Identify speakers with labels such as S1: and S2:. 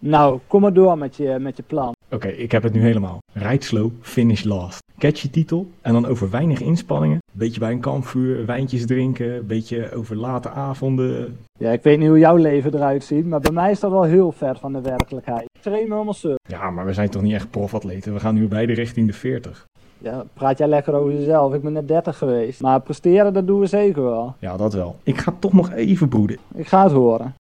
S1: Nou, kom maar door met je plan.
S2: Oké, ik heb het nu helemaal. Ride slow, finish last. Catchy titel en dan over weinig inspanningen. Beetje bij een kampvuur, wijntjes drinken, beetje over late avonden.
S1: Ja, ik weet niet hoe jouw leven eruit ziet, maar bij mij is dat wel heel ver van de werkelijkheid. Ik train me helemaal suf.
S2: Ja, maar we zijn toch niet echt profatleten? We gaan nu beide richting de 40.
S1: Ja, praat jij lekker over jezelf. Ik ben net 30 geweest. Maar presteren, dat doen we zeker wel.
S2: Ja, dat wel. Ik ga toch nog even broeden.
S1: Ik ga het horen.